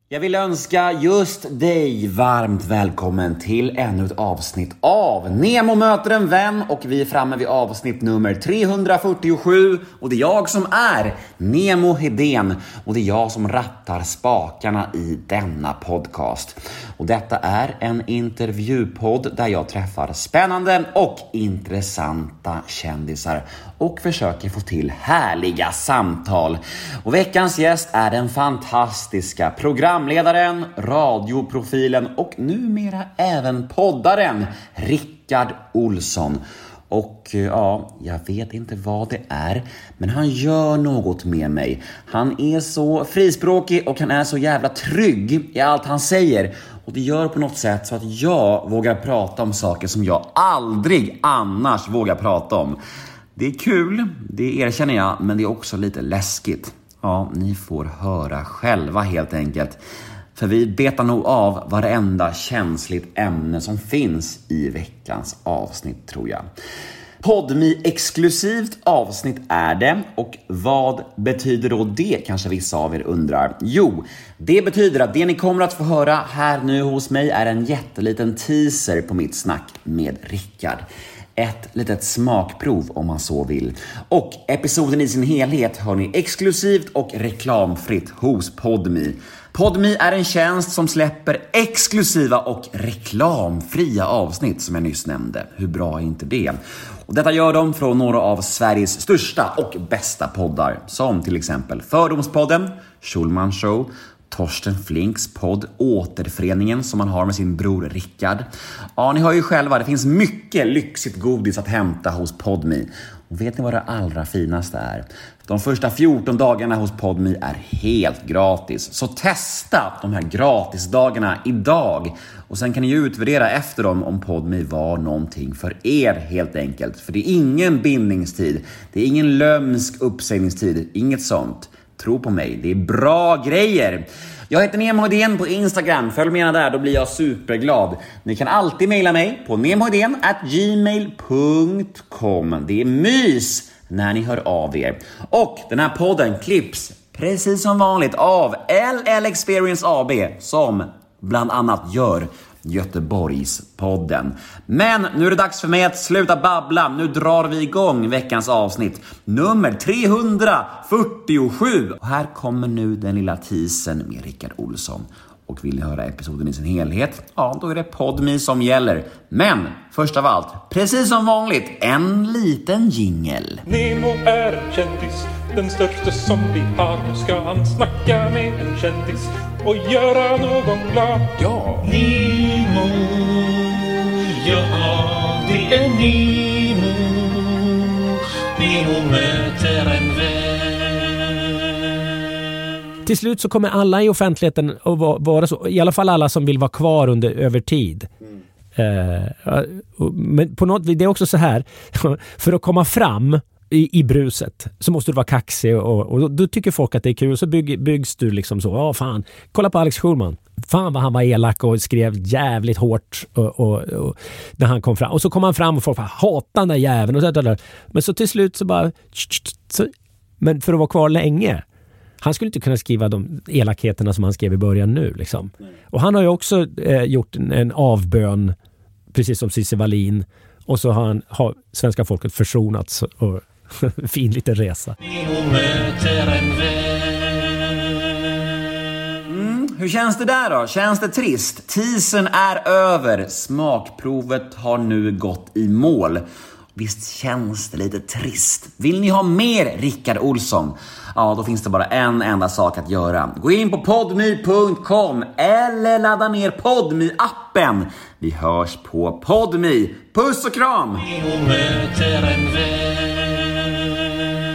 Jag vill önska just dig varmt välkommen till ännu ett avsnitt av Nemo möter en vän, och vi är framme vid avsnitt nummer 347, och det är jag som är Nemo Hedén, och det är jag som rattar spakarna i denna podcast. Och detta är en intervjupodd där jag träffar spännande och intressanta kändisar och försöker få till härliga samtal. Och veckans gäst är den fantastiska programledaren, radioprofilen och numera även poddaren Rickard Olsson. Och ja, jag vet inte vad det är, men han gör något med mig. Han är så frispråkig och han är så jävla trygg i allt han säger. Och det gör på något sätt så att jag vågar prata om saker som jag aldrig annars vågar prata om. Det är kul, det erkänner jag, men det är också lite läskigt. Ja, ni får höra själva helt enkelt. För vi betar nog av varenda känsligt ämne som finns i veckans avsnitt, tror jag. Podmi-exklusivt avsnitt är det. Och vad betyder då det, kanske vissa av er undrar? Jo, det betyder att det ni kommer att få höra här nu hos mig är en jätteliten teaser på mitt snack med Rickard. Ett litet smakprov om man så vill. Och episoden i sin helhet hör ni exklusivt och reklamfritt hos Podmi. Podmi är en tjänst som släpper exklusiva och reklamfria avsnitt, som jag nyss nämnde. Hur bra är inte det? Och detta gör de från några av Sveriges största och bästa poddar, som till exempel Fördomspodden, Schulman Show, Torsten Flinks podd Återföreningen som man har med sin bror Rickard. Ja, ni hör ju själva, det finns mycket lyxigt godis att hämta hos Podmi. Och vet ni vad det allra finaste är? De första 14 dagarna hos Podmi är helt gratis. Så testa de här gratisdagarna idag. Och sen kan ni ju utvärdera efter dem om Podmi var någonting för er helt enkelt. För det är ingen bindningstid, det är ingen lömsk uppsägningstid, inget sånt. Tro på mig, det är bra grejer. Jag heter Nemo Hedén på Instagram. Följ mig gärna där, då blir jag superglad. Ni kan alltid mejla mig på nemohedén@gmail.com. Det är mys när ni hör av er. Och den här podden klipps precis som vanligt av LL Experience AB, som bland annat gör Göteborgspodden. Men nu är det dags för mig att sluta babbla. Nu drar vi igång veckans avsnitt nummer 347. Och här kommer nu den lilla teasern med Rickard Olsson. Och vill ni höra episoden i sin helhet, ja, då är det Podmi som gäller. Men först av allt, precis som vanligt, en liten jingle. Nemo är en kändis, den största som vi har. Nu ska han snacka med en kändis och göra någon glad. Ja, Nemo, ja, det är Nemo. Nemo möter en vän. Till slut så kommer alla i offentligheten att vara så, i alla fall alla som vill vara kvar över tid. Men på något, det är också så här, för att komma fram i bruset så måste du vara kaxig och då tycker folk att det är kul, så byggs du liksom så, ja fan, kolla på Alex Schulman, fan vad han var elak och skrev jävligt hårt och när han kom fram, och så kom han fram och folk hatar den där jäveln och så där. Men så till slut så bara men för att vara kvar länge, han skulle inte kunna skriva de elakheterna som han skrev i början nu liksom. Och han har ju också gjort en avbön, precis som Cissi Wallin, och så har svenska folket försonats och fin liten resa. Hur känns det där då? Känns det trist? Teasern är över. Smakprovet har nu gått i mål. Visst känns det lite trist. Vill ni ha mer Rickard Olsson? Ja, då finns det bara en enda sak att göra. Gå in på podmi.com eller ladda ner Podmi-appen. Vi hörs på Podmi. Puss och kram!